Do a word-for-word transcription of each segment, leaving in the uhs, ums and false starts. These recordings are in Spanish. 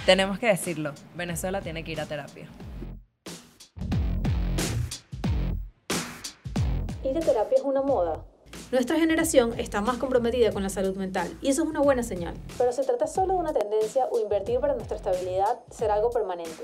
Tenemos que decirlo, Venezuela tiene que ir a terapia. Ir a terapia es una moda. Nuestra generación está más comprometida con la salud mental y eso es una buena señal. Pero se trata solo de una tendencia o invertir para nuestra estabilidad será algo permanente.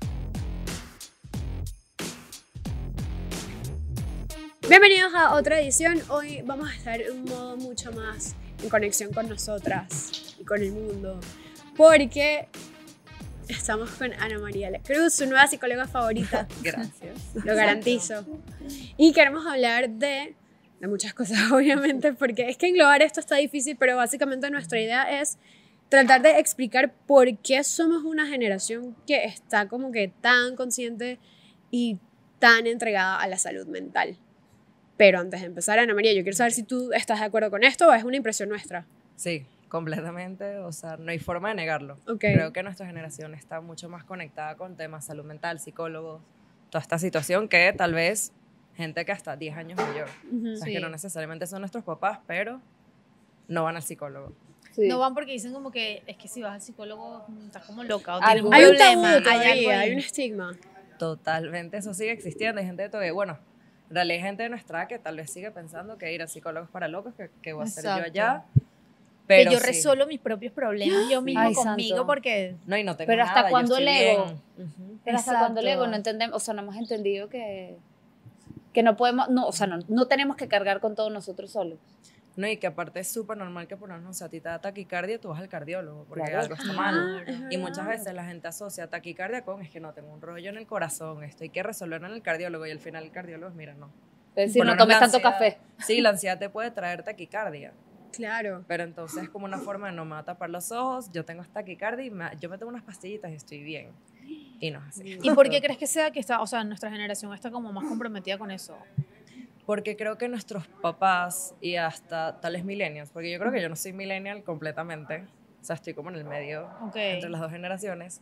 Bienvenidos a otra edición. Hoy vamos a estar en un modo mucho más en conexión con nosotras y con el mundo, porque estamos con Ana María La Cruz, su nueva psicóloga favorita. Gracias. Lo garantizo. Y queremos hablar de, de muchas cosas, obviamente, porque es que englobar esto está difícil, pero básicamente nuestra idea es tratar de explicar por qué somos una generación que está como que tan consciente y tan entregada a la salud mental. Pero antes de empezar, Ana María, yo quiero saber si tú estás de acuerdo con esto o es una impresión nuestra. Sí, completamente, o sea, no hay forma de negarlo. Okay. Creo que nuestra generación está mucho más conectada con temas salud mental, psicólogos, toda esta situación que tal vez gente que hasta diez años mayor. Uh-huh. O sea, Sí. que no necesariamente son nuestros papás, pero no van al psicólogo. Sí. No van porque dicen como que es que si vas al psicólogo estás como loca o Algo- tienes un Hay un problema, tabú hay todavía, algo ahí. hay un estigma. Totalmente, eso sigue existiendo. Hay gente de todavía, bueno, en realidad hay gente de nuestra edad que tal vez sigue pensando que ir a psicólogos es para locos, que, que voy a hacer yo Exacto. allá. Pero que yo sí. resuelvo mis propios problemas yo mismo Ay, conmigo santo. porque No, y no tengo Pero nada, ¿hasta yo cuándo estoy el ego? bien. Ujú. Pero hasta Exacto. cuando luego no entendemos, o sea, no hemos entendido que, que no podemos, no, o sea, no, no tenemos que cargar con todo nosotros solos. No, y que aparte es súper normal que por ejemplo, o sea, a ti te da taquicardia, tú vas al cardiólogo, porque Claro. algo está Ah, mal. es Y muchas verdad. veces la gente asocia taquicardia con, es que no, tengo un rollo en el corazón, esto hay que resolverlo en el cardiólogo, y al final el cardiólogo, mira, no. Es decir, Por lo no menos tomes la tanto ansiedad- café. Sí, la ansiedad te puede traer taquicardia, Claro. pero entonces es como una forma de no me va a tapar los ojos, yo tengo taquicardia y me- yo me tomo unas pastillitas y estoy bien. Y no es así. ¿Y por qué crees que sea que está, o sea, nuestra generación está como más comprometida con eso? Porque creo que nuestros papás y hasta tales millennials, porque yo creo que yo no soy millennial completamente, o sea, estoy como en el medio Ok. entre las dos generaciones,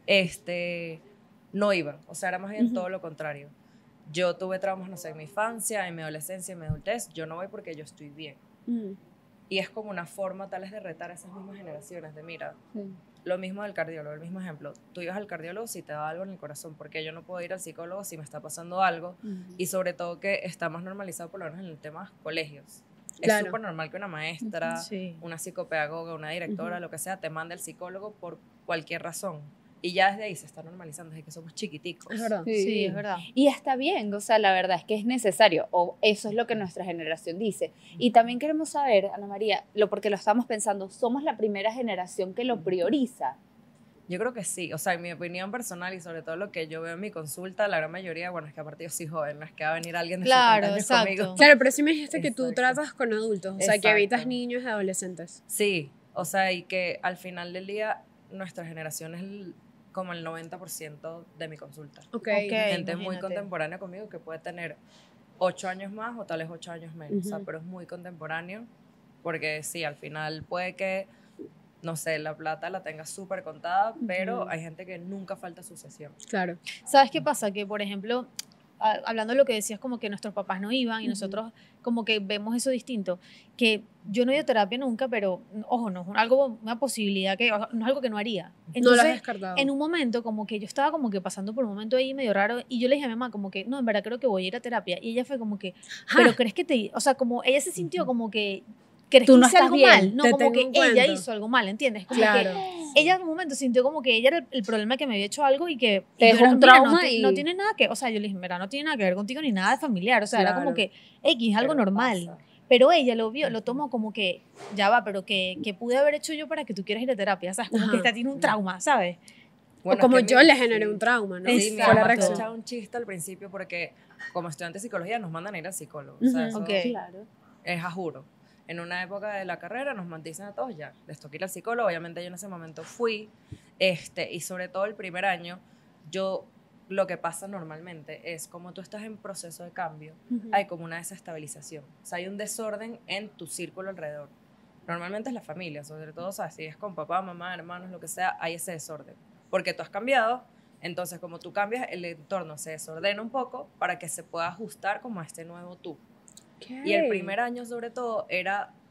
este, no iban, o sea, era más bien todo lo contrario. Yo tuve traumas, no sé, en mi infancia, en mi adolescencia, en mi adultez, yo no voy porque yo estoy bien. Mm. Y es como una forma tal vez de retar a esas mismas generaciones, de mira, Sí. lo mismo del cardiólogo, el mismo ejemplo. Tú ibas al cardiólogo si te da algo en el corazón, porque yo no puedo ir al psicólogo si me está pasando algo. Y sobre todo que está más normalizado por lo menos en el tema colegios. Claro. Es súper normal que una maestra, Sí. una psicopedagoga, una directora, Ujú. lo que sea, te mande al psicólogo por cualquier razón. Y ya desde ahí se está normalizando, desde que somos chiquiticos. Es verdad. Sí, es verdad. Y está bien, o sea, la verdad es que es necesario, o eso es lo que nuestra generación dice. Y también queremos saber, Ana María, lo, porque lo estamos pensando, somos la primera generación que lo prioriza. Yo creo que sí, o sea, en mi opinión personal y sobre todo lo que yo veo en mi consulta, la gran mayoría, bueno, es que aparte yo soy joven, no es que va a venir alguien de Claro, setenta años exacto. conmigo. Claro, pero sí me dijiste que tú Exacto. tratas con adultos, o sea, que Exacto. evitas niños y adolescentes. Sí, o sea, y que al final del día nuestra generación es el- como el noventa por ciento de mi consulta. Ok. Ok. Gente muy imagínate. contemporánea conmigo que puede tener ocho años más o tal vez ocho años menos, o sea, Ujú. pero es muy contemporáneo porque sí, al final puede que, no sé, la plata la tenga súper contada, pero Ujú. hay gente que nunca falta su sesión. Claro. ¿Sabes qué pasa? Que, por ejemplo, a- hablando de lo que decías, como que nuestros papás no iban y Ujú. nosotros como que vemos eso distinto, que yo no he ido a terapia nunca, pero, ojo, no es un- algo, una posibilidad que, o sea, no es algo que no haría. No lo has Entonces, descartado. en un momento como que yo estaba como que pasando por un momento ahí medio raro y yo le dije a mi mamá como que, no, en verdad creo que voy a ir a terapia. Y ella fue como que, pero Ah. ¿crees que te...? O sea, como ella se sintió como que, ¿crees Tú que no hice estás algo bien, mal? No, te como que tengo un ella cuento. hizo algo mal, ¿entiendes? Como Claro. que ella en un momento sintió como que ella era el, el problema que me había hecho algo y que Te y dejó yo era, un "Mira, trauma no, ti- y- no tiene nada que, o sea, yo le dije, mira, no tiene nada que ver contigo ni nada de familiar, o sea, era como Claro. que X, algo Pero normal. pasa. Pero ella lo vio, lo tomó como que, ya va, pero que, que pude haber hecho yo para que tú quieras ir a terapia, ¿sabes? Como Ajá. que esta tiene un trauma, ¿sabes? Bueno, o como es que yo mira, le generé sí. un trauma, ¿no? Sí, mi Exacto. Fue la mamá te reacción. echaba un chiste al principio porque como estudiante de psicología nos mandan a ir al psicólogo. Ujú. O sea, eso Ok. Claro. es a juro. En una época de la carrera nos dicen a todos ya, les toca ir al psicólogo. Obviamente yo en ese momento fui, este, y sobre todo el primer año, yo lo que pasa normalmente es como tú estás en proceso de cambio, Ujú. hay como una desestabilización. O sea, hay un desorden en tu círculo alrededor. Normalmente es la familia, sobre todo, o sea, si es con papá, mamá, hermanos, lo que sea, hay ese desorden. Porque tú has cambiado, entonces como tú cambias, el entorno se desordena un poco para que se pueda ajustar como a este nuevo tú. Y el primer año, sobre todo, era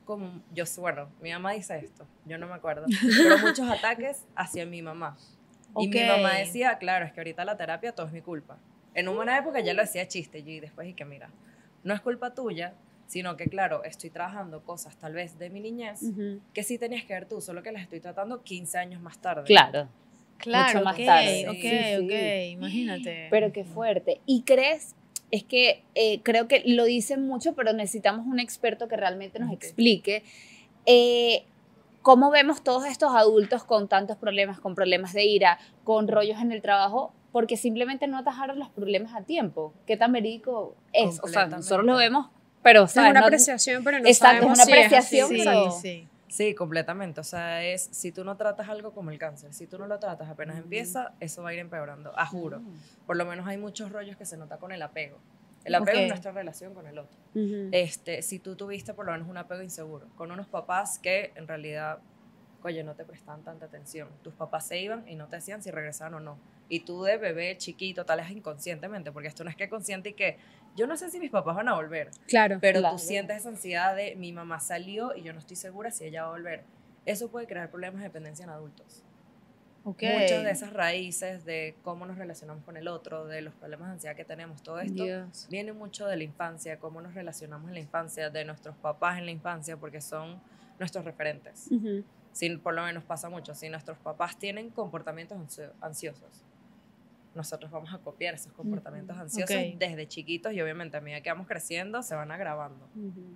como, yo, bueno, mi mamá dice esto, yo no me acuerdo, pero muchos ataques hacia mi mamá. Y mi Ok. mamá decía, claro, es que ahorita la terapia todo es mi culpa. En una buena época ya lo decía chiste, y después y que mira, no es culpa tuya, sino que claro, estoy trabajando cosas tal vez de mi niñez Ujú. que sí tenías que ver tú, solo que las estoy tratando quince años más tarde. Claro. Claro, Mucho más ok, tarde. ok, Sí, sí. ok, imagínate. Pero qué fuerte. ¿Y crees? Es que eh, creo que lo dicen mucho, pero necesitamos un experto que realmente nos Ok. explique eh, cómo vemos todos estos adultos con tantos problemas, con problemas de ira, con rollos en el trabajo, porque simplemente no atajaron los problemas a tiempo. ¿Qué tan verídico es? O sea, Completamente. nosotros lo vemos, pero Es ¿sabes? una No- apreciación, pero no Exacto, es sabemos una si es así. apreciación, sí, pero- sí. Sí, completamente. O sea, es si tú no tratas algo como el cáncer, si tú no lo tratas apenas empieza, eso va a ir empeorando, a juro. Por lo menos hay muchos rollos que se nota con el apego. El apego Ok. es nuestra relación con el otro. Ujú. Este, si tú tuviste por lo menos un apego inseguro, con unos papás que en realidad, oye, no te prestaban tanta atención. Tus papás se iban y no te decían si regresaban o no. Y tú de bebé chiquito, tal vez inconscientemente, porque esto no es que consciente y que yo no sé si mis papás van a volver, Claro. pero Claro. tú sientes esa ansiedad de mi mamá salió y yo no estoy segura si ella va a volver. Eso puede crear problemas de dependencia en adultos. Ok. Muchas de esas raíces de cómo nos relacionamos con el otro, de los problemas de ansiedad que tenemos, todo esto Dios. viene mucho de la infancia, cómo nos relacionamos en la infancia, de nuestros papás en la infancia, porque son nuestros referentes. Ujú. Si, por lo menos pasa mucho, si nuestros papás tienen comportamientos ansio- ansiosos, nosotros vamos a copiar esos comportamientos ansiosos Ok. desde chiquitos y obviamente a medida que vamos creciendo se van agravando.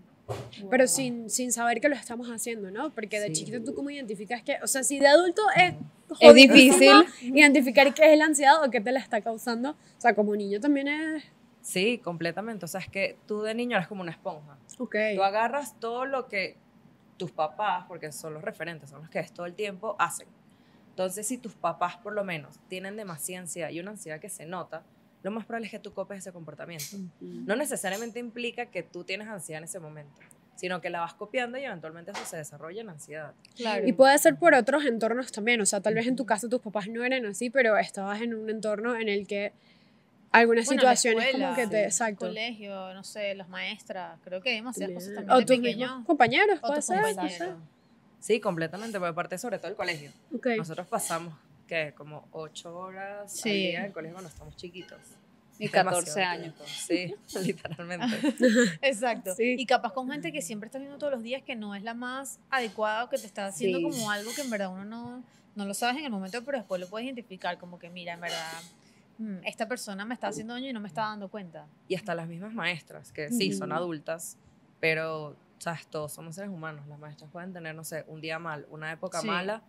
Pero sin, sin saber que lo estamos haciendo, ¿no? Porque de Sí. chiquito tú cómo identificas que, o sea, si de adulto es Es jodidísimo difícil. identificar qué es la ansiedad o qué te la está causando, o sea, como niño también es, Sí, completamente. O sea, es que tú de niño eres como una esponja. ok, Tú agarras todo lo que tus papás, porque son los referentes, son los que es todo el tiempo, hacen. Entonces, si tus papás por lo menos tienen demasiada ansiedad y una ansiedad que se nota, lo más probable es que tú copies ese comportamiento. No necesariamente implica que tú tienes ansiedad en ese momento, sino que la vas copiando y eventualmente eso se desarrolla en ansiedad. Claro. y puede ser por otros entornos también, o sea, tal vez en tu casa tus papás no eran así, pero estabas en un entorno en el que algunas Bueno, la situaciones como escuela, que te, el exacto, colegio, no sé, las maestras, creo que hay demasiadas cosas también. también o de tus pequeño. mismos compañeros, O puede tus ser, no sé. compañeros. Sí, completamente, porque aparte sobre todo el colegio. Ok. Nosotros pasamos, ¿qué? Como ocho horas Sí. al día en el colegio cuando estamos chiquitos. Y catorce Demasiado años. tiempo. Sí, literalmente. Exacto. Sí. Y capaz con gente que siempre estás viendo todos los días que no es la más adecuada o que te está haciendo Sí. como algo que en verdad uno no, no lo sabes en el momento, pero después lo puedes identificar como que mira, en verdad, mm, esta persona me está haciendo daño y no me está dando cuenta. Y hasta las mismas maestras, que sí, son Ujú. adultas, pero, ¿sabes? Todos somos seres humanos. Las maestras pueden tener, no sé, un día mal, una época Sí. mala,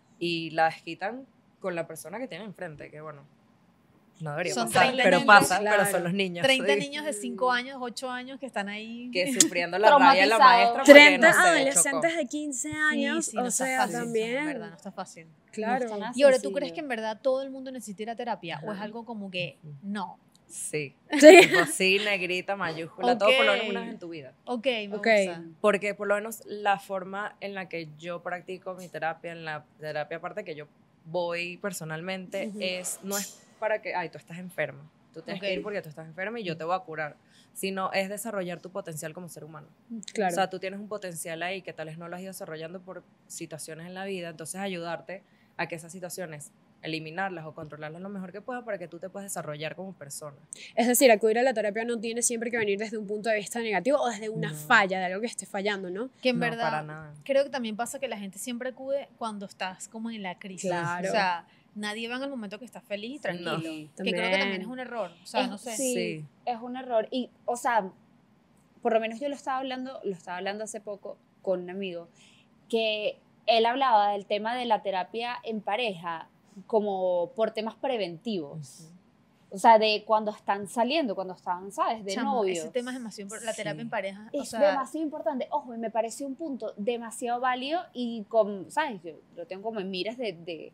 y la desquitan con la persona que tienen enfrente, que bueno, no debería Son pasar, treinta pero niños, pasa, claro. pero son los niños. treinta sí, niños de cinco años, ocho años que están ahí. que sufriendo la rabia de la Traumatizados. maestra porque, treinta no sé, adolescentes chocó. de quince Sí, años, sí, no o está sea, fácil, también, En verdad, no está fácil. claro. No está nada Y ahora, ¿tú sencillo. crees que en verdad todo el mundo necesita ir a terapia? ¿O es Ajá. algo como que no? Sí, Sí. tipo, sí, negrita, mayúscula, todo por lo menos una vez en tu vida. Ok, me Ok. gusta. Porque por lo menos la forma en la que yo practico mi terapia, en la terapia aparte que yo voy personalmente, Ujú. es no es para que, ay, tú estás enfermo, tú tienes Ok. que ir porque tú estás enfermo y yo te voy a curar, sino es desarrollar tu potencial como ser humano. Claro. O sea, tú tienes un potencial ahí que tal vez no lo has ido desarrollando por situaciones en la vida, entonces ayudarte a que esas situaciones, eliminarlas o controlarlas lo mejor que puedas para que tú te puedas desarrollar como persona. Es decir, acudir a la terapia no tiene siempre que venir desde un punto de vista negativo o desde una No. falla, de algo que esté fallando, ¿no? Que en No, verdad, para nada. creo que también pasa que la gente siempre acude cuando estás como en la crisis. Claro. O sea, nadie va en el momento que estás feliz y tranquilo. No. Que También. creo que también es un error. O sea, Es- no sé. Sí, Sí. es un error. Y, o sea, por lo menos yo lo estaba hablando, lo estaba hablando hace poco con un amigo, que él hablaba del tema de la terapia en pareja como por temas preventivos. O sea, de cuando están saliendo, cuando están, ¿sabes? De Chamo, novios. ese tema es demasiado importante. La terapia Sí. en pareja. Es o sea, demasiado importante. Ojo, y me parece un punto demasiado válido y, con, ¿sabes? Yo lo tengo como en miras de, de,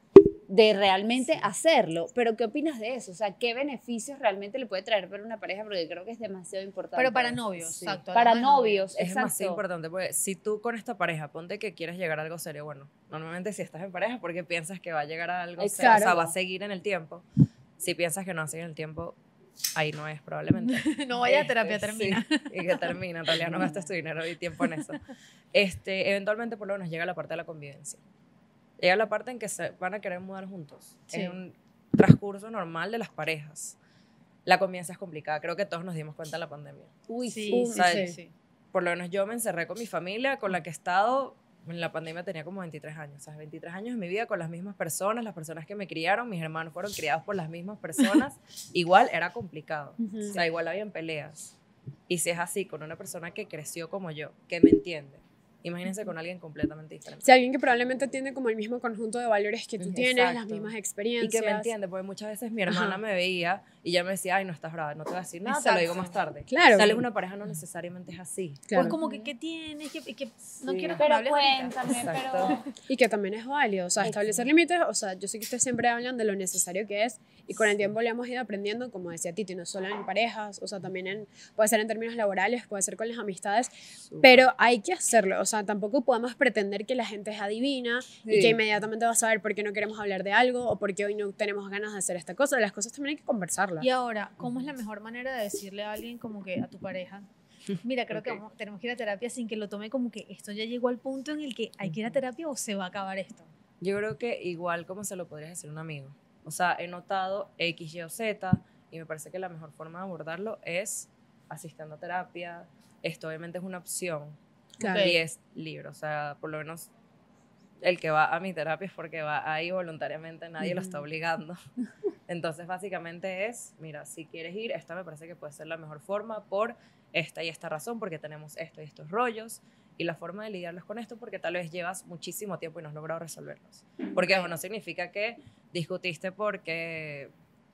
de realmente Sí. hacerlo. Pero, ¿qué opinas de eso? O sea, ¿qué beneficios realmente le puede traer para una pareja? Porque creo que es demasiado importante. pero para novios, Sí. exacto. Para hablando de novios, Es demasiado exacto. importante porque si tú con esta pareja ponte que quieres llegar a algo serio, bueno, normalmente si estás en pareja porque piensas que va a llegar a algo serio, o sea, Exacto. va a seguir en el tiempo. Si piensas que no va a seguir en el tiempo, ahí no es probablemente. No vaya a Este, terapia, sí, termina. y que termina, en realidad no gastes tu dinero y tiempo en eso. Este, eventualmente por lo menos llega la parte de la convivencia. Llega la parte en que se van a querer mudar juntos. Sí. Es un transcurso normal de las parejas. La convivencia es complicada, creo que todos nos dimos cuenta en la pandemia. Uy, Sí, sí. sí, ¿sabes? sí, sí. Por lo menos yo me encerré con mi familia, con la que he estado, en la pandemia tenía como veintitrés años, ¿sabes? veintitrés años de mi vida con las mismas personas, las personas que me criaron, mis hermanos fueron criados por las mismas personas, igual era complicado, Ujú. o sea, igual habían peleas. Y si es así, con una persona que creció como yo, que me entiende, imagínense con alguien completamente diferente. Si alguien que probablemente tiene como el mismo conjunto de valores que tú Ujú, tienes, las exacto. mismas Y experiencias. que me entiende, porque muchas veces mi hermana Ajá. me veía y ya me decía, ay, no estás brava, no te voy a decir nada, te lo digo Exacto. más tarde. Claro. Sales una pareja, no necesariamente es así. Claro. Pues como que, ¿qué tienes? ¿Qué, qué- no Sí. quiero que me Pero hables ahorita. cuéntame, Exacto. pero... Y que también es válido, o sea, establecer límites, o sea, yo sé que ustedes siempre hablan de lo necesario que es y con el tiempo le hemos ido aprendiendo, como decía Titi, no solo en parejas, o sea, también en, puede ser en términos laborales, puede ser con las amistades, pero hay que hacerlo, o sea, tampoco podemos pretender que la gente es adivina y que Sí. inmediatamente va a saber por qué no queremos hablar de algo o por qué hoy no tenemos ganas de hacer esta cosa, las cosas también hay que conversarlas. Y ahora, ¿cómo es la mejor manera de decirle a alguien como que a tu pareja, mira, creo que Ok. vamos- tenemos que ir a terapia sin que lo tome como que esto ya llegó al punto en el que hay que ir a terapia o se va a acabar esto? Yo creo que igual como se lo podrías decir a un amigo. O sea, he notado X, Y o Z y me parece que la mejor forma de abordarlo es asistiendo a terapia. Esto obviamente es una opción Claro. y es libre. O sea, por lo menos el que va a mi terapia es porque va ahí voluntariamente, nadie lo está obligando. Entonces, básicamente es, mira, si quieres ir, esta me parece que puede ser la mejor forma por esta y esta razón, porque tenemos esto y estos rollos, y la forma de lidiarlos con esto, porque tal vez llevas muchísimo tiempo y no has logrado resolverlos. Porque eso no significa que discutiste porque,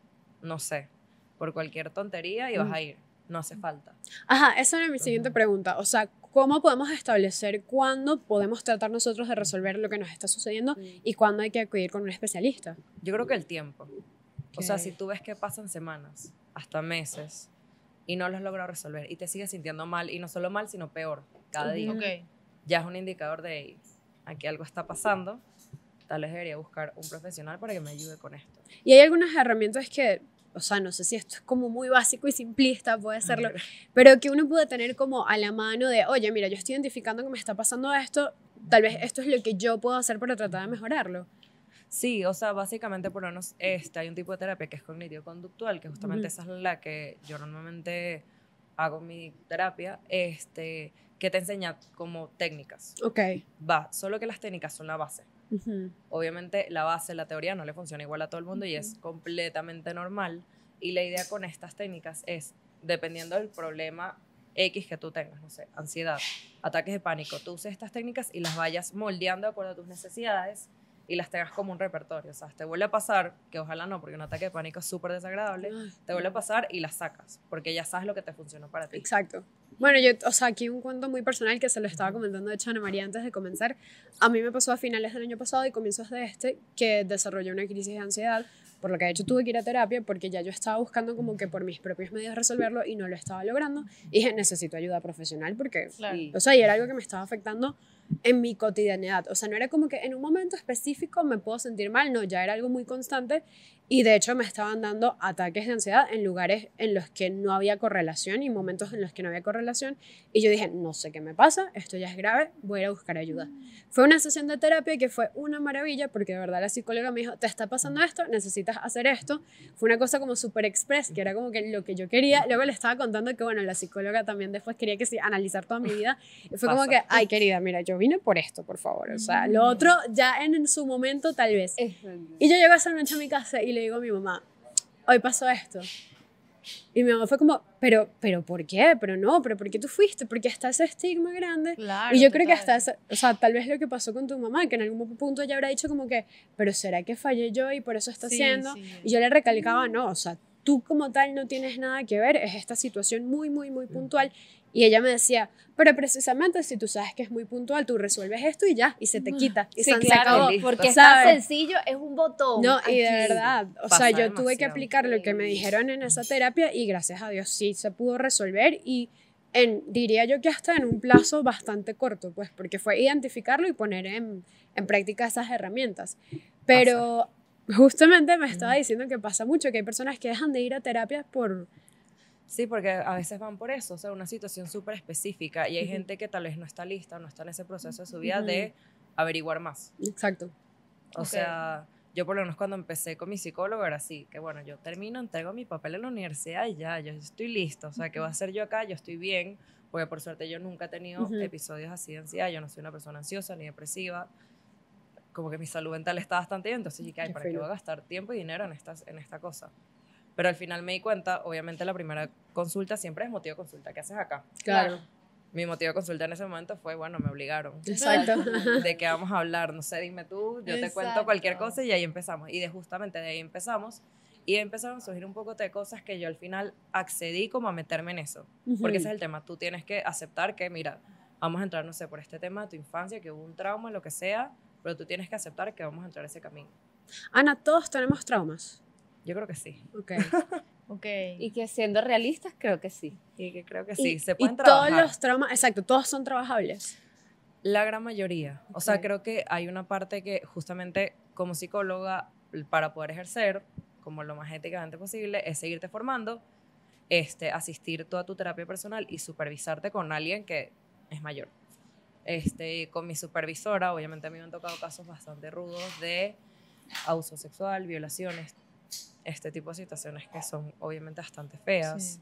no sé, por cualquier tontería y vas a ir. No hace falta. Ajá, esa era mi siguiente Ujú. pregunta. O sea, ¿cómo podemos establecer cuándo podemos tratar nosotros de resolver lo que nos está sucediendo y cuándo hay que acudir con un especialista? Yo creo que el tiempo. O sea, Ok. si tú ves que pasan semanas, hasta meses, y no lo has logrado resolver, y te sigues sintiendo mal, y no solo mal, sino peor, cada día, Ok. ya es un indicador de, "Ey, aquí algo está pasando, tal vez debería buscar un profesional para que me ayude con esto". Y hay algunas herramientas que, o sea, no sé si esto es como muy básico y simplista, puede serlo, pero que uno puede tener como a la mano de, oye, mira, yo estoy identificando que me está pasando esto, tal vez esto es lo que yo puedo hacer para tratar de mejorarlo. Sí, o sea, básicamente por lo menos este, hay un tipo de terapia que es cognitivo-conductual, que justamente Ujú. esa es la que yo normalmente hago en mi terapia, este, que te enseña como técnicas. Ok. Va, solo que las técnicas son la base. Ujú. Obviamente la base, la teoría no le funciona igual a todo el mundo y es completamente normal. Y la idea con estas técnicas es, dependiendo del problema X que tú tengas, no sé, ansiedad, ataques de pánico, tú uses estas técnicas y las vayas moldeando de acuerdo a tus necesidades y las tengas como un repertorio. O sea, te vuelve a pasar, que ojalá no, porque un ataque de pánico es súper desagradable, Ay, te vuelve a pasar y las sacas, porque ya sabes lo que te funcionó para ti. Exacto. Bueno, yo, o sea, aquí un cuento muy personal que se lo estaba comentando de hecho a Ana María antes de comenzar. A mí me pasó a finales del año pasado y comienzos de este que desarrollé una crisis de ansiedad, por lo que de hecho tuve que ir a terapia porque ya yo estaba buscando como que por mis propios medios resolverlo y no lo estaba logrando. Y dije, necesito ayuda profesional porque, Claro. o sea, y era algo que me estaba afectando en mi cotidianidad. O sea, no era como que en un momento específico me puedo sentir mal, no, ya era algo muy constante y de hecho me estaban dando ataques de ansiedad en lugares en los que no había correlación y momentos en los que no había correlación y yo dije, no sé qué me pasa, esto ya es grave, voy a ir a buscar ayuda. Fue una sesión de terapia que fue una maravilla porque de verdad la psicóloga me dijo, te está pasando esto, necesitas hacer esto. Fue una cosa como súper express, que era como que lo que yo quería. Luego le estaba contando que, bueno, la psicóloga también después quería que sí, analizar toda mi vida. Y fue como Pasa. que, ay, querida, mira, yo vine por esto, por favor. O sea, lo otro ya en, en su momento tal vez. Y yo llego esa noche a mi casa y le digo a mi mamá, hoy pasó esto. Y mi mamá fue como, pero, pero ¿por qué? Pero no, pero ¿por qué tú fuiste? Porque está ese estigma grande. Claro, Y yo creo que total. hasta, esa- o sea, tal vez lo que pasó con tu mamá, que en algún punto ella habrá dicho como que, pero ¿será que fallé yo y por eso está Sí, haciendo? sí. Y yo le recalcaba, no, o sea, tú como tal no tienes nada que ver, es esta situación muy, muy, muy puntual. Y ella me decía, pero precisamente si tú sabes que es muy puntual, tú resuelves esto y ya, y se te quita. Y Sí, se, se claro, acabó. listo. porque es tan ¿sabes? sencillo, es un botón. No, y de aquí. verdad, o Pasa sea, yo tuve que demasiado. aplicar lo que me dijeron en esa terapia y gracias a Dios sí se pudo resolver y en, diría yo que hasta en un plazo bastante corto, pues, porque fue identificarlo y poner en, en práctica esas herramientas. Pero justamente me estaba diciendo que pasa mucho, que hay personas que dejan de ir a terapias por... Sí, porque a veces van por eso, o sea, una situación súper específica y hay Ujú. gente que tal vez no está lista o no está en ese proceso de su vida Ujú. de averiguar más. Exacto. O Ok. sea, yo por lo menos cuando empecé con mi psicólogo era así, que bueno, yo termino, entrego mi papel en la universidad y ya, yo estoy lista, o sea, ¿qué voy a hacer yo acá? Yo estoy bien, porque por suerte yo nunca he tenido Ujú. episodios así de ansiedad, yo no soy una persona ansiosa ni depresiva, como que mi salud mental está bastante bien, entonces dije, ay, Qué ¿para qué fino. voy a gastar tiempo y dinero en, estas, en esta cosa? Pero al final me di cuenta, obviamente la primera consulta siempre es motivo de consulta, ¿qué haces acá? Claro. Mi motivo de consulta en ese momento fue, bueno, me obligaron. Exacto. ¿De qué vamos a hablar? No sé, dime tú, yo te cuento cualquier Exacto. cosa y ahí empezamos. Y de justamente de ahí empezamos. Y empezaron a surgir un poco de cosas que yo al final accedí como a meterme en eso. Porque ese es el tema. Tú tienes que aceptar que, mira, vamos a entrar, no sé, por este tema de tu infancia, que hubo un trauma, lo que sea, pero tú tienes que aceptar que vamos a entrar ese camino. Ana, todos tenemos traumas. Yo creo que sí. Ok. Ok. Y que siendo realistas, creo que sí. Y que creo que sí. Y, se y pueden todos trabajar. los traumas, exacto, todos son trabajables. La gran mayoría. O sea, Ok. creo que hay una parte que justamente como psicóloga, para poder ejercer como lo más éticamente posible, es seguirte formando, este, asistir toda tu terapia personal y supervisarte con alguien que es mayor. Este, con mi supervisora, obviamente a mí me han tocado casos bastante rudos de abuso sexual, violaciones, este tipo de situaciones que son obviamente bastante feas. Sí.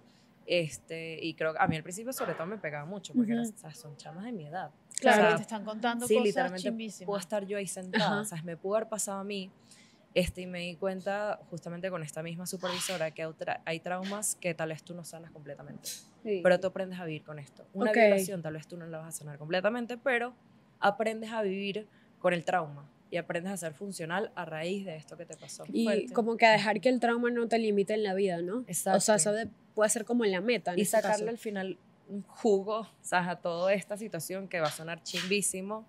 Este, y creo que a mí al principio sobre todo me pegaba mucho porque Ujú. era, o sea, son chamas de mi edad. Claro, O sea, que te están contando sí, cosas literalmente chimbísimas. puedo estar yo ahí sentada, Ajá. o sea, me pudo haber pasado a mí, este, y me di cuenta justamente con esta misma supervisora que hay, tra- hay traumas que tal vez tú no sanas completamente, Sí. pero tú aprendes a vivir con esto. Una Ok. violación tal vez tú no la vas a sanar completamente, pero aprendes a vivir con el trauma y aprendes a ser funcional a raíz de esto que te pasó. Y Fuerte. como que a dejar que el trauma no te limite en la vida, ¿no? Exacto. O sea, eso de- puede ser como la meta en Y este sacarle caso. al final un jugo, o sea, a toda esta situación que va a sonar chimbísimo,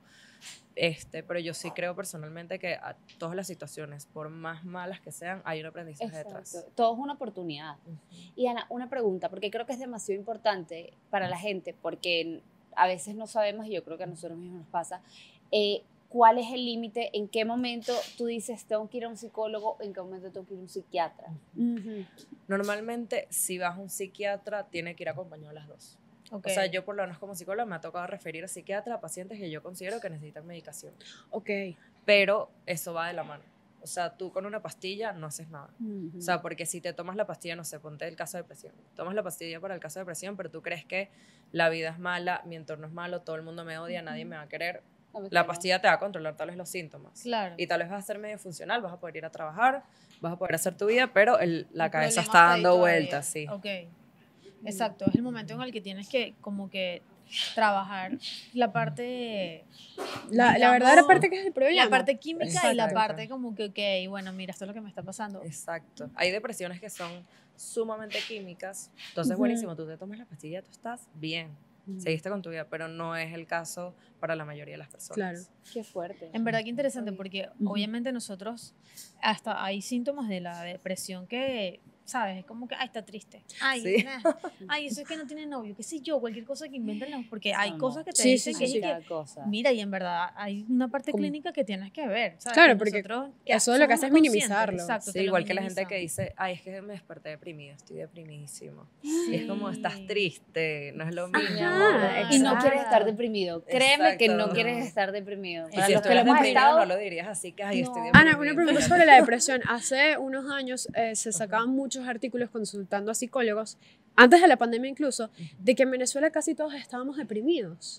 este, pero yo sí creo personalmente que a todas las situaciones, por más malas que sean, hay un aprendizaje detrás. Exacto. Todo es una oportunidad. Y Ana, una pregunta, porque creo que es demasiado importante para la gente, porque a veces no sabemos, y yo creo que a nosotros mismos nos pasa, eh, cuál es el límite, en qué momento tú dices tengo que ir a un psicólogo, en qué momento tengo que ir a un psiquiatra. Ujú. Normalmente, si vas a un psiquiatra, tiene que ir acompañado a las dos. Ok. O sea, yo por lo menos como psicóloga me ha tocado referir a psiquiatra a pacientes que yo considero que necesitan medicación. Ok. Pero eso va de la mano. O sea, tú con una pastilla no haces nada. Ujú. O sea, porque si te tomas la pastilla, no sé, ponte el caso de depresión. Tomas la pastilla para el caso de depresión, pero tú crees que la vida es mala, mi entorno es malo, todo el mundo me odia, nadie me va a querer. A veces La no. pastilla te va a controlar tal vez los síntomas. Claro. Y tal vez vas a ser medio funcional, vas a poder ir a trabajar, vas a poder hacer tu vida, pero el- la El cabeza problema está ahí dando todavía. vueltas, sí. Ok. Exacto, es el momento en el que tienes que como que trabajar la parte La, la digamos, verdadera parte que es el problema. la parte química y la Exacto. parte como que ok, bueno, mira, esto es lo que me está pasando. Exacto. Hay depresiones que son sumamente químicas. Entonces, Ujú. buenísimo, tú te tomas la pastilla, tú estás bien. Ujú. Seguiste con tu vida, pero no es el caso para la mayoría de las personas. Claro. Qué fuerte. En verdad que interesante porque Ujú. obviamente nosotros hasta hay síntomas de la depresión que, ¿sabes? Es como que, ay, está triste. Ay, Sí. nah. Ay, eso es que no tiene novio, qué sé yo, cualquier cosa que inventen, los- porque hay No, no. cosas que te Sí, dicen sí, que, sí, es sí. que, cosa. mira, y en verdad hay una parte Como- clínica que tienes que ver, ¿sabes? Claro, Que porque nosotros eso lo que somos hace es más conscientes, minimizarlo. Exacto, Sí, te lo igual que la gente minimizan. que dice, ay, es que me desperté deprimida, estoy deprimidísimo. Sí. Y es como, estás triste, no es lo mismo. Mi Ajá, amor. Y no exacto. quieres estar deprimido. Créeme que no Exacto. quieres estar deprimido. Y Para si los que lo estuvieras hemos deprimido, estado, no lo dirías así que, ay, estoy No. deprimido. Ana, una pregunta sobre la depresión. Hace unos años eh, se sacaban muchos artículos consultando a psicólogos, antes de la pandemia incluso, de que en Venezuela casi todos estábamos deprimidos.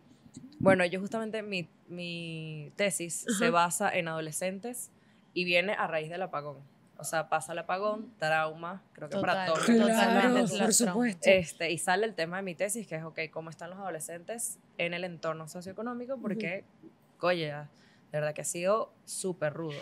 Bueno, yo justamente mi, mi tesis se Ajá. basa en adolescentes y viene a raíz del apagón. O sea, pasa el apagón, trauma, creo que para Total, todos. los Claro, venezolanos. totalmente, por la supuesto. Este, y sale el tema de mi tesis, que es, ok, ¿cómo están los adolescentes en el entorno socioeconómico? Porque, oye, de verdad que ha sido súper rudo.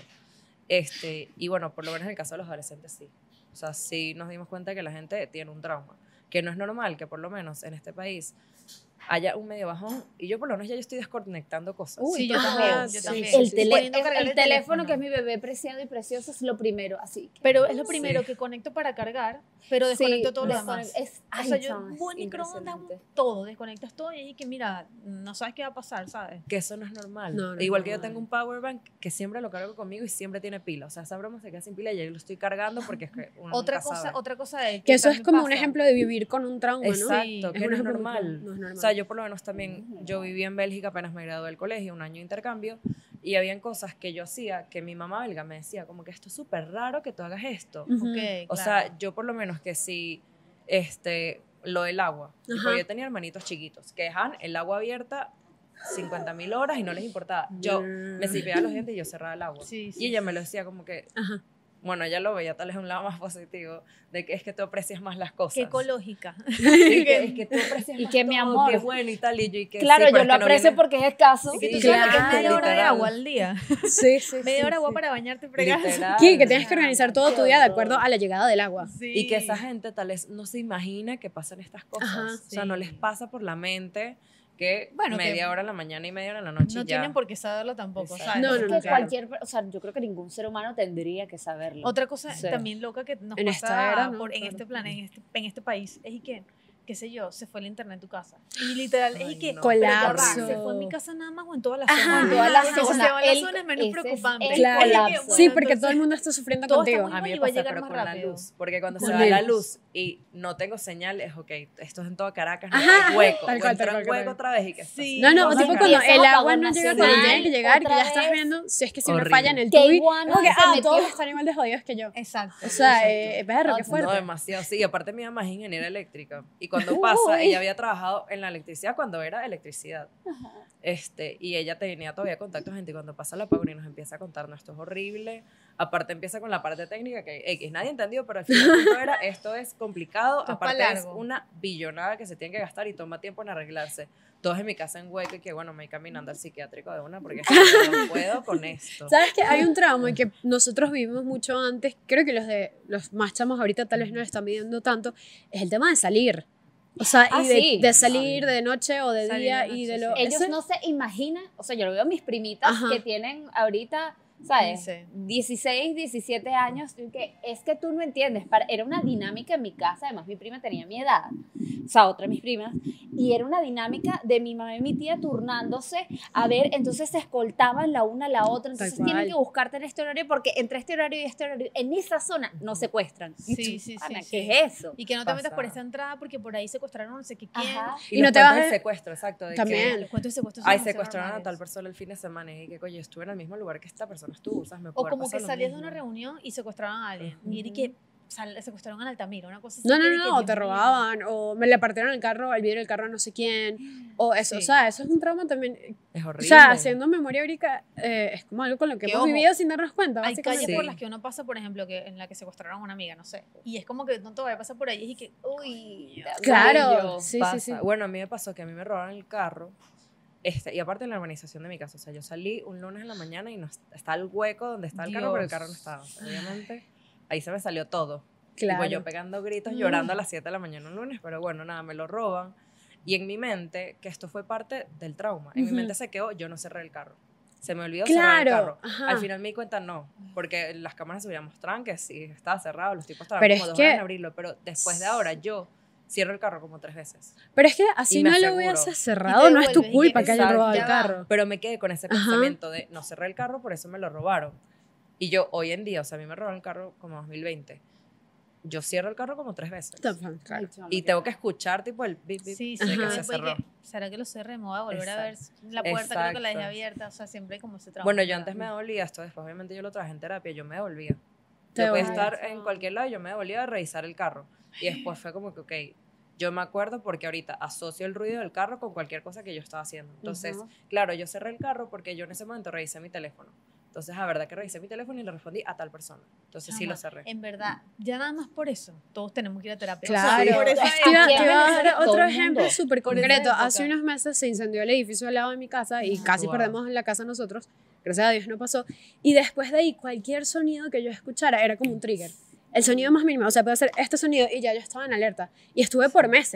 Este, y bueno, por lo menos en el caso de los adolescentes sí. O sea, sí nos dimos cuenta que la gente tiene un trauma, que no es normal que por lo menos en este país haya un medio bajón y yo por lo menos ya yo estoy desconectando cosas. Sí, yo total. también, Sí, yo sí, también. sí, El, sí. tele- Poniendo a el- cargar el el teléfono, teléfono. que es mi bebé preciado y precioso, es lo primero, así. que- Pero es lo primero Sí. que conecto para cargar, pero Sí, desconecto todo lo desconect- demás. es- O ay, sea, yo chama, es voy microondas, impresionante. todo, desconectas todo y que mira, no sabes qué va a pasar, ¿sabes? Que eso no es normal. No, no es Igual que yo normal. tengo un power bank que siempre lo cargo conmigo y siempre tiene pila. O sea, esa broma se queda sin pila y yo lo estoy cargando porque es que uno Otra nunca cosa, sabe. otra cosa es Que eso es también como un pasa. ejemplo de vivir con un trauma, ¿no? Exacto, Sí, que es no un es ejemplo muy normal. claro, no es normal. O sea, yo por lo menos también, No es yo normal. viví en Bélgica apenas me gradué del colegio, un año de intercambio, y habían cosas que yo hacía que mi mamá belga me decía, como que esto es súper raro que tú hagas esto. Ujú. Ok, O claro. sea, yo por lo menos que si, este, lo del agua, tipo, Ajá. yo tenía hermanitos chiquitos que dejaban el agua abierta cincuenta mil horas y no les importaba. Yo me cepillaba los dientes y yo cerraba el agua. Sí, sí, y ella me lo decía como que, Ajá. bueno, ella lo veía tal vez de un lado más positivo, de que es que tú aprecias más las cosas. Qué ecológica. Sí, que es que tú aprecias Y más que mi todo, amor. qué bueno y tal, y yo y que Claro, sí, pero yo es lo que no aprecio viene- porque es escaso. Y que tú Sí, sabes que es claro. media hora de Literal. agua al día. Sí, sí, Media sí, hora de agua sí. para bañarte y fregar. Literal. Sí, que tienes que organizar todo Qué tu día de horror. acuerdo a la llegada del agua. Sí. Y que esa gente tal vez no se imagina que pasan estas cosas. Ajá, o sea, no sí. les pasa por la mente que Bueno, que media hora en la mañana y media hora en la noche No y ya. tienen por qué saberlo tampoco, Exacto. ¿sabes? No, Es no, que no, claro. cualquier, o sea, yo creo que ningún ser humano tendría que saberlo. Otra cosa Sí. también loca que nos En pasa esta era, ¿no? por, en Claro. este plan, en este, en este país, es y que, qué sé yo, se fue el internet en tu casa. Y literal, es y Ay, que, no. pero ya va, Colapso. se fue en mi casa nada más o en toda la Ajá. zona. En toda la Porque zona. Si se va en la El- zona es menos ese es preocupante. el Claro. colapso. bueno, Sí, porque entonces, todo el mundo está sufriendo todo está contigo. muy A mí mal y me va a pasa, llegar pero más con la rápido. luz. Porque cuando se Con va la luz. luz y no tengo señal, es ok, esto es en toda Caracas, no Ajá, hay hueco. tal o cual, entro tal en cual, hueco tal otra vez y que Sí. No, no, o Entonces, tipo empieza cuando el el agua apagón no llega cuando nacional, tiene que llegar, que otra ya estás vez. viendo si es que si me Horrible. falla en el Que tubi. Iguana Como que, se ah, metió. todos están igual de jodidos que yo. Exacto. O sea, exacto. eh, perro, qué No, fuerte. No, demasiado, sí. Aparte mi mamá es ingeniera eléctrica. Y cuando pasa, Uy. ella había trabajado en la electricidad cuando era electricidad. Este, y ella tenía todavía contacto gente y cuando pasa el apagón y nos empieza a contar, no, esto es horrible. Aparte empieza con la parte técnica que X, nadie entendió, pero al final el punto era, esto es complicado, Esto es pa' aparte es largo. una billonada que se tiene que gastar y toma tiempo en arreglarse. Todos en mi casa en hueco y que bueno, me voy caminando al psiquiátrico de una porque es que no puedo con esto. ¿Sabes que hay un trauma que nosotros vivimos mucho antes? Creo que los de los más chamos ahorita tal vez no lo están viviendo tanto. Es el tema de salir. O sea, Ah, y de, sí. de salir de noche o de Salir día de y noche, de lo. sí. Ellos ese- no se imaginan, o sea, yo lo veo a mis primitas Ajá. que tienen ahorita, ¿sabes? quince. dieciséis, diecisiete años, y que es que tú no entiendes, para- era una dinámica en mi casa, además mi prima tenía mi edad, o sea, otra de mis primas, y era una dinámica de mi mamá y mi tía turnándose, a ver, entonces se escoltaban la una a la otra, entonces Tal tienen cual. que buscarte en este horario, porque entre este horario y este horario, en esa zona, nos secuestran. Y Sí, tú, sí, "Ana, sí, ¿qué sí. es eso? Y que no te metas por Pasa. esa entrada porque por ahí secuestraron no sé qué quién. Ajá. Y, Y no los te cuentos vas del a- secuestro, exacto. De También. Que, Los cuentos de secuestro son ay, demasiado secuestraron a normales. tal persona el fin de semana y que, coño, estuve en el mismo lugar que esta persona estuvo, ¿sabes? Me O puede haber como que pasado lo salías de mismo. una reunión y secuestraron a alguien. Y era Ujú. que sal- secuestraron a Altamira, una cosa así. No, no, que era no, que, o Dios te mío. robaban, o me le partieron el carro, el vidrio del carro a no sé quién, o eso, o Sí. sea, eso es un trauma también. Es O horrible. sea, haciendo memoria ahorita, eh, es como algo con lo que Que, hemos ojo, vivido sin darnos cuenta, Hay básicamente. calles por Sí. las que uno pasa, por ejemplo, que en la que secuestraron a una amiga, no sé. Y es como que no te vaya a pasar por ahí y que, uy, Claro, Sí, sí, Pasa. sí, sí. Bueno, a mí me pasó que a mí me robaron el carro. Este, y aparte en la urbanización de mi casa, o sea, yo salí un lunes en la mañana y no est- está el hueco donde está el carro, pero el Dios. carro no estaba. O sea, obviamente, ahí se me salió todo. Claro. Tipo, yo pegando gritos, llorando a las siete de la mañana un lunes, pero bueno, nada, me lo roban. Y en mi mente, que esto fue parte del trauma, en mi Ujú. mente se quedó, yo no cerré el carro. Se me olvidó cerrar el Claro, carro. ajá. Al final me di cuenta, no, porque las cámaras se veían mostraban que sí, estaba cerrado, los tipos estaban Pero como es dos que- horas en abrirlo, pero después de ahora yo cierro el carro como tres veces. Pero es que así Y me no lo aseguro. hubieses Y cerrado, te no es tu devuelves y culpa que- que hayan Exacto. robado el Ya va. carro. Pero me quedé con ese Ajá. pensamiento de no cerré el carro, por eso me lo robaron. Y yo hoy en día, o sea, a mí me robaron el carro como dos mil veinte. Yo cierro el carro como tres veces. Claro. Ay, chama, Y qué tengo que pena. escuchar tipo el bip, bip Sí, de sí, que que se después cerró. que, ¿será que lo cerré? Me voy a volver a ver la Exacto. puerta, creo que la dejé Exacto. abierta, o sea, siempre hay como ese trauma. Bueno, yo ¿verdad? antes me devolvía esto, después obviamente yo lo trabajé en terapia, yo me devolvía. Te Yo podía devolvías. estar en cualquier lado y yo me devolvía a revisar el carro. Y después fue como que, ok, yo me acuerdo porque ahorita asocio el ruido del carro con cualquier cosa que yo estaba haciendo. Entonces, Ujú. claro, yo cerré el carro porque yo en ese momento revisé mi teléfono. Entonces, la verdad que revisé mi teléfono y le respondí a tal persona. Entonces, sí Chama, lo cerré. En verdad, ya nada más por eso, todos tenemos que ir a terapia. Claro, O sea, por esa es que iba- Aquí en te iba a Venezuela dar todo otro el ejemplo mundo. súper Por esa concreto. época. Hace unos meses se incendió el edificio al lado de mi casa y Wow. casi Wow. perdemos la casa nosotros. Gracias a Dios no pasó. Y después de ahí, cualquier sonido que yo escuchara era como un trigger. El sonido más mínimo, o sea, puede ser este sonido y ya yo estaba en alerta. Y estuve por meses,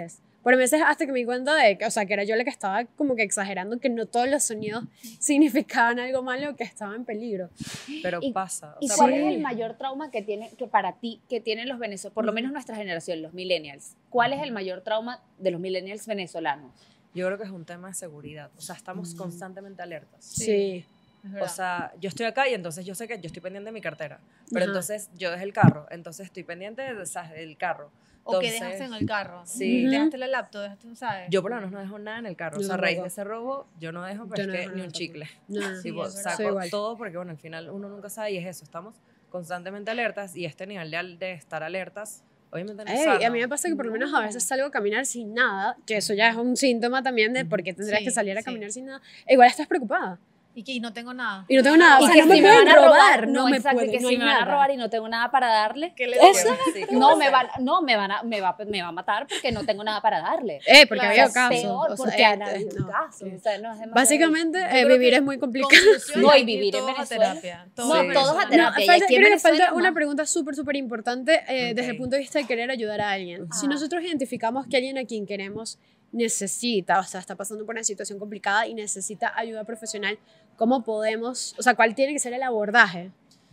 por meses hasta que me di cuenta de que, o sea, que era yo la que estaba como que exagerando, que no todos los sonidos significaban algo malo, que estaba en peligro. Pero Y- pasa. O ¿Y sea, cuál porque- es el mayor trauma que tiene, que para ti, que tienen los venezolanos, por lo menos nuestra generación, los millennials? ¿Cuál es el mayor trauma de los millennials venezolanos? yo creo que es un tema de seguridad. O sea, estamos constantemente alertas. Sí. Es O verdad. sea, yo estoy acá y entonces yo sé que yo estoy pendiente de mi cartera. Pero Ajá. entonces yo dejé el carro. Entonces estoy pendiente de, o sea, del carro. o que Entonces, dejaste en el carro. Sí. Dejaste la laptop, dejaste, ¿sabes? Yo por lo menos no dejo nada en el carro. Yo o sea, a raíz tampoco. de ese robo, yo no dejo, pero Yo no es que dejo ni nada un tampoco. chicle. No, Sí, Tipo, es verdad. Soy saco igual. todo porque, bueno, al final uno nunca sabe y es eso. Estamos constantemente alertas y este nivel de, al- de estar alertas, obviamente no es Ey, sano. a mí me pasa que por lo menos a veces salgo a caminar sin nada, que eso ya es un síntoma también de por qué tendrías Sí, que salir a sí. caminar sin nada. E igual estás preocupada. Y que no tengo nada. Y no tengo nada. O Y sea, que no me si pueden van a robar. No, me exacto, pueden. que no si hay me van a nada. robar y no tengo nada para darle, ¿Qué le Eso. digo? Sí, ¿qué no va a me hacer? van, no me van a, me va, me va a matar porque no tengo nada para darle. Eh, porque Claro, había es casos. Peor, o sea, porque eh, a nadie eh, es no. un caso. O sea, no, es demasiado Básicamente, Yo eh, creo vivir que es muy complicado. conclusión, No, y hay que vivir en todos a Venezuela. terapia. No, Sí. todos a No, terapia. No, y falta, aquí en creo que falta Venezuela una más. pregunta súper, súper importante eh, desde el Ok. punto de vista de querer ayudar a alguien. Si Ajá. nosotros identificamos que alguien a quien queremos necesita, o sea, está pasando por una situación complicada y necesita ayuda profesional, ¿cómo podemos, o sea, cuál tiene que ser el abordaje?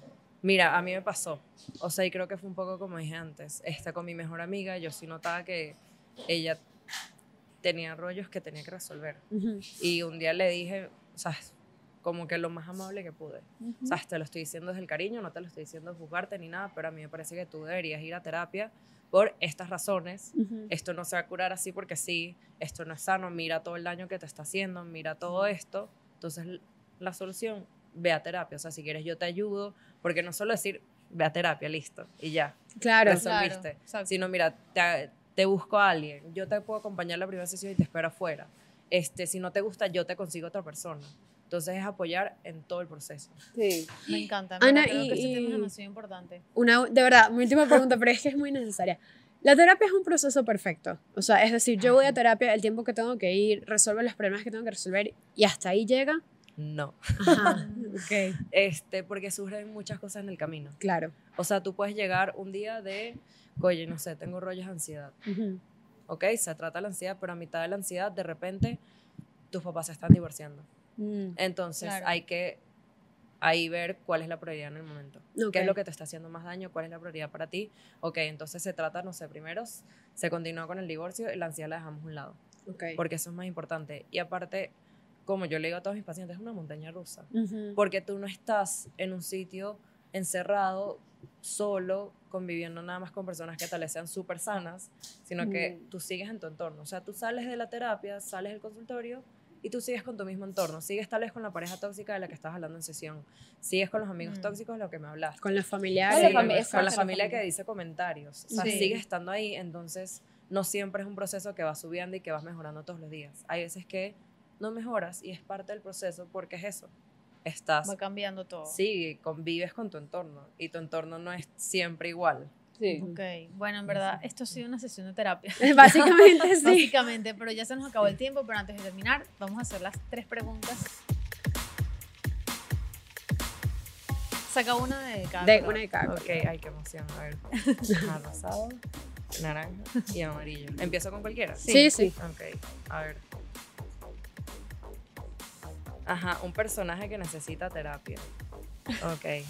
Mira, a mí me pasó. O sea, y creo que fue un poco como dije antes. Esta con mi mejor amiga, yo sí notaba que ella tenía rollos que tenía que resolver. Ujú. Y un día le dije, o sea, como que lo más amable que pude. O sea, te lo estoy diciendo desde el cariño, no te lo estoy diciendo juzgarte ni nada, pero a mí me parece que tú deberías ir a terapia por estas razones. Ujú. Esto no se va a curar así porque sí, esto no es sano, mira todo el daño que te está haciendo, mira todo esto. Entonces, l- la solución, ve a terapia. O sea, si quieres yo te ayudo, porque no solo decir, ve a terapia, listo, y ya, Claro. resolviste. Claro, exacto. Sino, mira, te, te busco a alguien, yo te puedo acompañar la primera sesión y te espero afuera. Este, si no te gusta, yo te consigo otra persona. Entonces, es apoyar en todo el proceso. Sí. Me encanta. En Ana, verdad, creo y- que ese tema es y- demasiado importante. Una, de verdad, mi última pregunta, pero es que es muy necesaria. La terapia es un proceso perfecto. O sea, es decir, yo voy a terapia el tiempo que tengo que ir, resuelvo los problemas que tengo que resolver y hasta ahí llega. No. Ajá. Ok. Este, porque surgen muchas cosas en el camino. Claro. O sea, tú puedes llegar un día de, oye, no sé, tengo rollos de ansiedad. Ujú. Ok, se trata la ansiedad, pero a mitad de la ansiedad, de repente, tus papás se están divorciando. Mm. Entonces, Claro. hay que ahí ver cuál es la prioridad en el momento. Ok. ¿Qué es lo que te está haciendo más daño? ¿Cuál es la prioridad para ti? Ok, entonces se trata, no sé, primero se continúa con el divorcio y la ansiedad la dejamos a un lado, Ok. porque eso es más importante. Y aparte, como yo le digo a todos mis pacientes, es una montaña rusa. Ujú. Porque tú no estás en un sitio encerrado, solo, conviviendo nada más con personas que tal vez sean súper sanas, sino que Mm. tú sigues en tu entorno. O sea, tú sales de la terapia, sales del consultorio y tú sigues con tu mismo entorno. Sigues tal vez con la pareja tóxica de la que estabas hablando en sesión. Sigues con los amigos Mm. tóxicos de lo que me hablaste. Con los familiares. Con la Sí, fami- con exacto, la la familia familia. que dice comentarios. O sea, Sí. sigues estando ahí, entonces no siempre es un proceso que vas subiendo y que vas mejorando todos los días. Hay veces que no mejoras y es parte del proceso porque es eso. Estás, Va cambiando todo. sí, convives con tu entorno y tu entorno no es siempre igual. Sí. Ok, bueno, en verdad, esto ha sido una sesión de terapia. Básicamente sí. Básicamente, pero ya se nos acabó el tiempo, pero antes de terminar, vamos a hacer las tres preguntas. Saca una de cada De color. una de cada. Ok, ay, qué emoción. A ver. Ajá, rosado, naranja y amarillo. ¿Empiezo con cualquiera? Sí, sí. Ok, a ver. Ajá, un personaje que necesita terapia. Ok.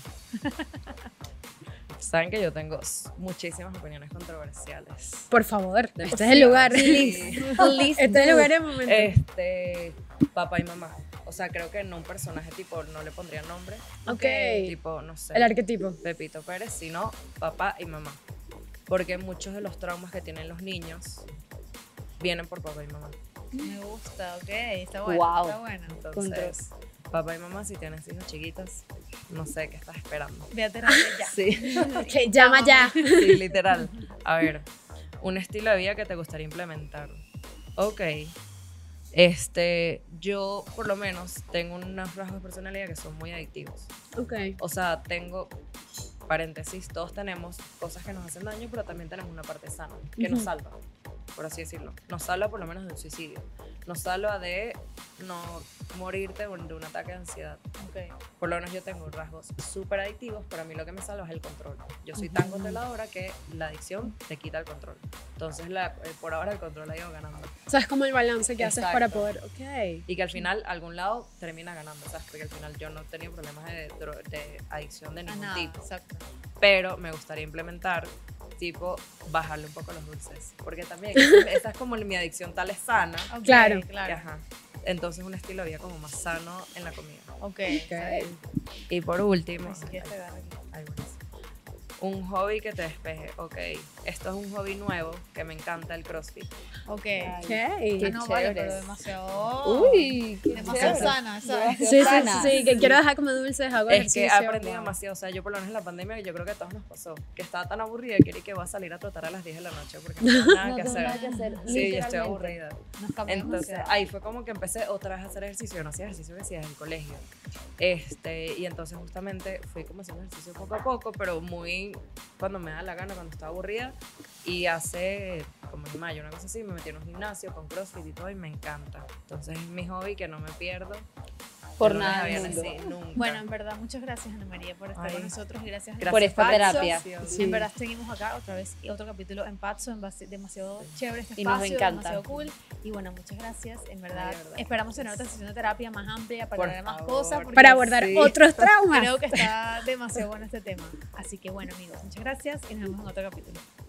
Saben que yo tengo s- muchísimas opiniones controversiales. Por favor, este es el lugar. Sí. Este es el lugar en momento. Este, papá y mamá. O sea, creo que no un personaje tipo, no le pondría nombre. Ok. Tipo, no sé. El arquetipo. Pepito Pérez, sino papá y mamá. Porque muchos de los traumas que tienen los niños vienen por papá y mamá. Me gusta, ok, está bueno. Wow. Está bueno. Entonces, papá y mamá, si tienes hijos chiquitos, no sé qué estás esperando. Ve a terapia ya. Sí, Ok, llama ya. sí, literal. A ver, un estilo de vida que te gustaría implementar. Ok. Este, yo por lo menos tengo unos rasgos de personalidad que son muy adictivos. Ok. O sea, tengo, paréntesis, todos tenemos cosas que nos hacen daño, pero también tenemos una parte sana, que nos Ujú. salva, por así decirlo. Nos salva por lo menos de un suicidio. Nos salva de, no morirte de un, de un ataque de ansiedad. Ok. Por lo menos yo tengo rasgos súper adictivos, pero a mí lo que me salva es el control. Yo soy tan controladora que la adicción te quita el control. Entonces, la, eh, por ahora el control ha ido ganando. O sea, es como el balance que haces Exacto. para poder, ok. Y que al final, algún lado termina ganando, ¿sabes? Porque al final yo no he tenido problemas de, dro- de adicción de Ah, ningún nada, tipo. exacto. Pero me gustaría implementar, tipo, bajarle un poco los dulces. Porque también, esa, esa es como mi adicción tal es sana. Ok, Claro. que, claro. ajá. Entonces, un estilo de vida como más sano en la comida. Ok. Ok. Y por último, Así que te agarra aquí. ay, buenísimo. Un hobby que te despeje. Ok, esto es un hobby nuevo que me encanta, el CrossFit. Ok. Ok. Ah, no, vale, chévere. pero demasiado. Uy, qué demasiado chévere. sana, ¿sabes? Sí, sí, Sana. sí, que quiero dejar como dulces, hago Es ejercicio. que he aprendido demasiado, o sea, yo por lo menos en la pandemia, yo creo que a todos nos pasó, que estaba tan aburrida que quería que voy a salir a trotar a las diez de la noche porque no tengo nada No que tengo hacer. nada que hacer. Sí, yo estoy literalmente. aburrida. Nos cambiamos. Entonces ahí fue como que empecé otra vez a hacer ejercicio, yo no hacía ejercicio que hacía desde el colegio. Este, y entonces justamente fui como haciendo ejercicio poco a poco, pero muy cuando me da la gana, cuando estaba aburrida. Y hace como en mayo, una cosa así, me metí en un gimnasio con CrossFit y todo y me encanta. Entonces es mi hobby que no me pierdo. Por De lunes nada a del viernes, mundo. sí, nunca. Bueno, en verdad, muchas gracias, Ana María, por estar Ay. con nosotros y gracias, Gracias por esta Patso. terapia. Sí. En verdad, seguimos acá otra vez y otro capítulo en Patso, en base- demasiado chévere este Y nos espacio, encanta. demasiado cool. Y bueno, muchas gracias. En verdad, Ay, de verdad. esperamos tener otra sesión de terapia más amplia para Por hablar más favor. cosas. porque Para abordar Sí. otros traumas. Creo que está demasiado bueno este tema. Así que bueno, amigos, muchas gracias y nos vemos en otro capítulo.